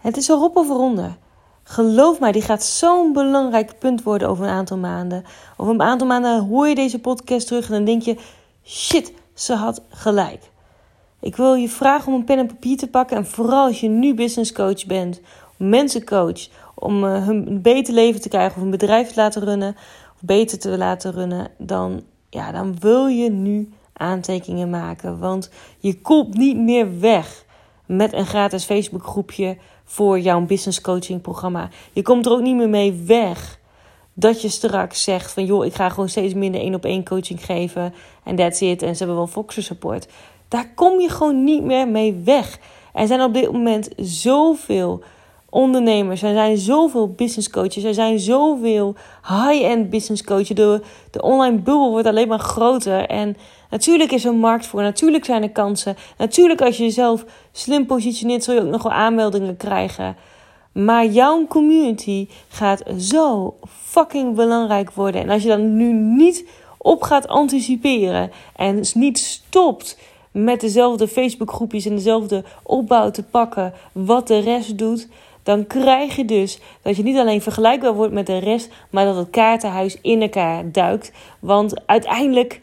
Het is erop of eronder. Geloof mij, die gaat zo'n belangrijk punt worden over een aantal maanden. Over een aantal maanden hoor je deze podcast terug en dan denk je, shit, ze had gelijk. Ik wil je vragen om een pen en papier te pakken. En vooral als je nu business coach bent, mensencoach, om hun beter leven te krijgen of een bedrijf te laten runnen, of beter te laten runnen, dan wil je nu aantekeningen maken. Want je komt niet meer weg met een gratis Facebook groepje voor jouw business coaching programma. Je komt er ook niet meer mee weg dat je straks zegt van joh, ik ga gewoon steeds minder 1-op-1 coaching geven en that's it. En ze hebben wel Voxer support. Daar kom je gewoon niet meer mee weg. Er zijn op dit moment zoveel ondernemers, er zijn zoveel business coaches, er zijn zoveel high-end business coaches. De online bubbel wordt alleen maar groter. En natuurlijk is er een markt voor, natuurlijk zijn er kansen. Natuurlijk als je jezelf slim positioneert, zul je ook nog wel aanmeldingen krijgen. Maar jouw community gaat zo fucking belangrijk worden. En als je dan nu niet op gaat anticiperen en niet stopt met dezelfde Facebookgroepjes en dezelfde opbouw te pakken wat de rest doet, dan krijg je dus dat je niet alleen vergelijkbaar wordt met de rest, maar dat het kaartenhuis in elkaar duikt. Want uiteindelijk,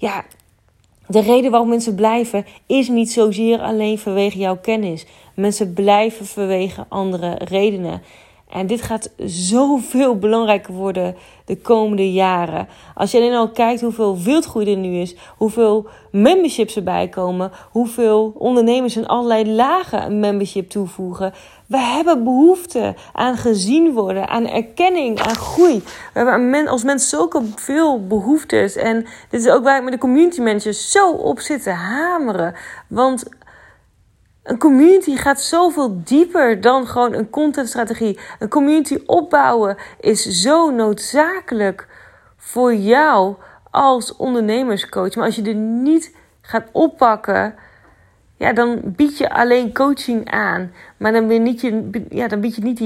de reden waarom mensen blijven is niet zozeer alleen vanwege jouw kennis. Mensen blijven vanwege andere redenen. En dit gaat zoveel belangrijker worden de komende jaren. Als je alleen al kijkt hoeveel wildgroei er nu is, hoeveel memberships erbij komen, hoeveel ondernemers in allerlei lagen een membership toevoegen. We hebben behoefte aan gezien worden, aan erkenning, aan groei. We hebben als mens zulke veel behoeftes. En dit is ook waar ik met de community managers zo op zit te hameren. Want een community gaat zoveel dieper dan gewoon een contentstrategie. Een community opbouwen is zo noodzakelijk voor jou als ondernemerscoach. Maar als je er niet gaat oppakken, dan bied je alleen coaching aan. Maar dan bied je niet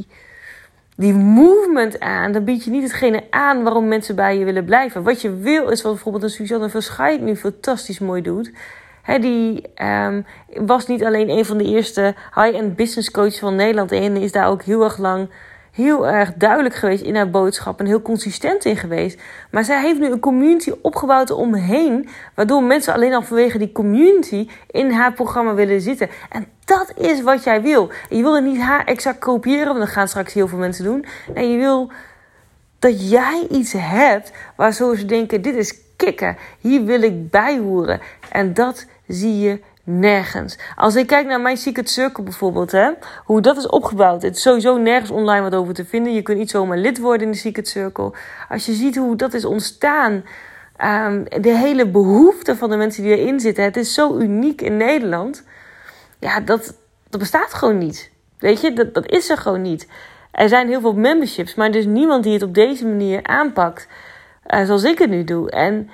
die movement aan. Dan bied je niet hetgene aan waarom mensen bij je willen blijven. Wat je wil is wat bijvoorbeeld een Suzanne Verschaik nu fantastisch mooi doet. Die was niet alleen een van de eerste high-end business coaches van Nederland. En is daar ook heel erg lang heel erg duidelijk geweest in haar boodschap. En heel consistent in geweest. Maar zij heeft nu een community opgebouwd omheen. Waardoor mensen alleen al vanwege die community in haar programma willen zitten. En dat is wat jij wil. En je wil er niet haar exact kopiëren. Want dat gaan straks heel veel mensen doen. En je wil dat jij iets hebt waardoor ze denken, dit is kicken. Hier wil ik bij horen. En dat zie je nergens. Als ik kijk naar mijn Secret Circle bijvoorbeeld, hoe dat is opgebouwd. Het is sowieso nergens online wat over te vinden. Je kunt niet zomaar lid worden in de Secret Circle. Als je ziet hoe dat is ontstaan, de hele behoefte van de mensen die erin zitten. Het is zo uniek in Nederland. Ja, dat bestaat gewoon niet. Weet je, dat is er gewoon niet. Er zijn heel veel memberships, maar er is niemand die het op deze manier aanpakt. Zoals ik het nu doe. En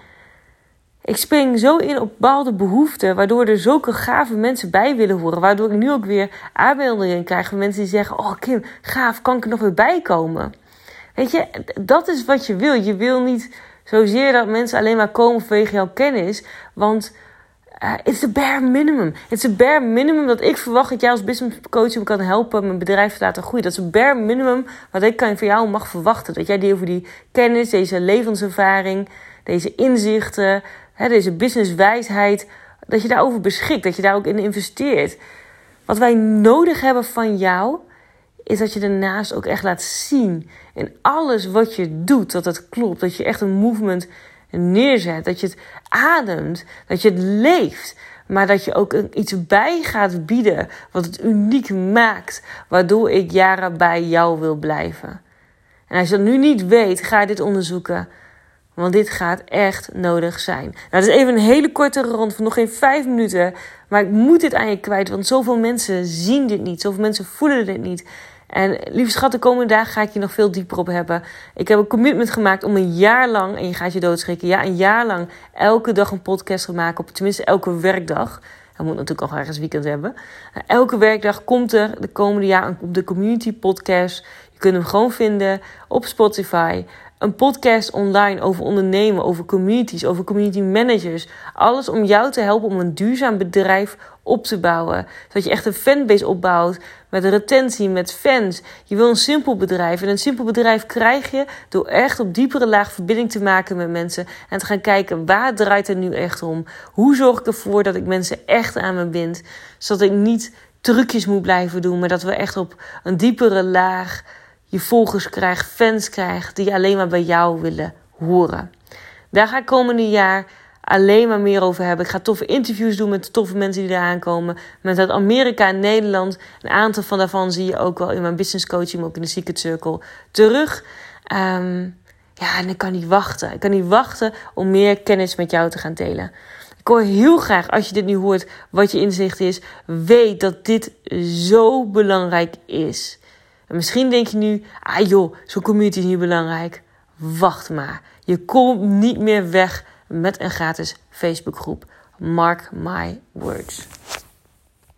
ik spring zo in op bepaalde behoeften, waardoor er zulke gave mensen bij willen horen. Waardoor ik nu ook weer aanmeldingen krijg van mensen die zeggen, oh Kim, gaaf, kan ik er nog weer bij komen? Weet je, dat is wat je wil. Je wil niet zozeer dat mensen alleen maar komen vanwege jouw kennis. Want it's the bare minimum. It's the bare minimum dat ik verwacht dat jij als business coach me kan helpen mijn bedrijf te laten groeien. Dat is het bare minimum wat ik van jou mag verwachten. Dat jij over die kennis, deze levenservaring, deze inzichten, deze businesswijsheid, dat je daarover beschikt. Dat je daar ook in investeert. Wat wij nodig hebben van jou, is dat je daarnaast ook echt laat zien in alles wat je doet, dat het klopt. Dat je echt een movement neerzet. Dat je het ademt. Dat je het leeft. Maar dat je ook iets bij gaat bieden wat het uniek maakt. Waardoor ik jaren bij jou wil blijven. En als je dat nu niet weet, ga dit onderzoeken. Want dit gaat echt nodig zijn. Nou, het is even een hele korte rond van nog geen 5 minuten. Maar ik moet dit aan je kwijt. Want zoveel mensen zien dit niet. Zoveel mensen voelen dit niet. En lieve schat, de komende dagen ga ik je nog veel dieper op hebben. Ik heb een commitment gemaakt om een jaar lang, en je gaat je doodschrikken, een jaar lang elke dag een podcast te maken. Op tenminste elke werkdag. Hij moet natuurlijk al ergens weekend hebben. Elke werkdag komt er de komende jaar op de community podcast. Je kunt hem gewoon vinden op Spotify. Een podcast online over ondernemen, over communities, over community managers. Alles om jou te helpen om een duurzaam bedrijf op te bouwen. Zodat je echt een fanbase opbouwt met retentie, met fans. Je wil een simpel bedrijf. En een simpel bedrijf krijg je door echt op diepere laag verbinding te maken met mensen. En te gaan kijken, waar draait het nu echt om? Hoe zorg ik ervoor dat ik mensen echt aan me bind? Zodat ik niet trucjes moet blijven doen, maar dat we echt op een diepere laag je volgers krijgt, fans krijgt, die alleen maar bij jou willen horen. Daar ga ik komende jaar alleen maar meer over hebben. Ik ga toffe interviews doen met toffe mensen die eraan komen. Met uit Amerika en Nederland. Een aantal van daarvan zie je ook wel in mijn business coaching, maar ook in de Secret Circle terug. En ik kan niet wachten. Ik kan niet wachten om meer kennis met jou te gaan delen. Ik hoor heel graag, als je dit nu hoort, wat je inzicht is. Weet dat dit zo belangrijk is. En misschien denk je nu, zo'n community is niet belangrijk. Wacht maar. Je komt niet meer weg met een gratis Facebookgroep. Mark my words.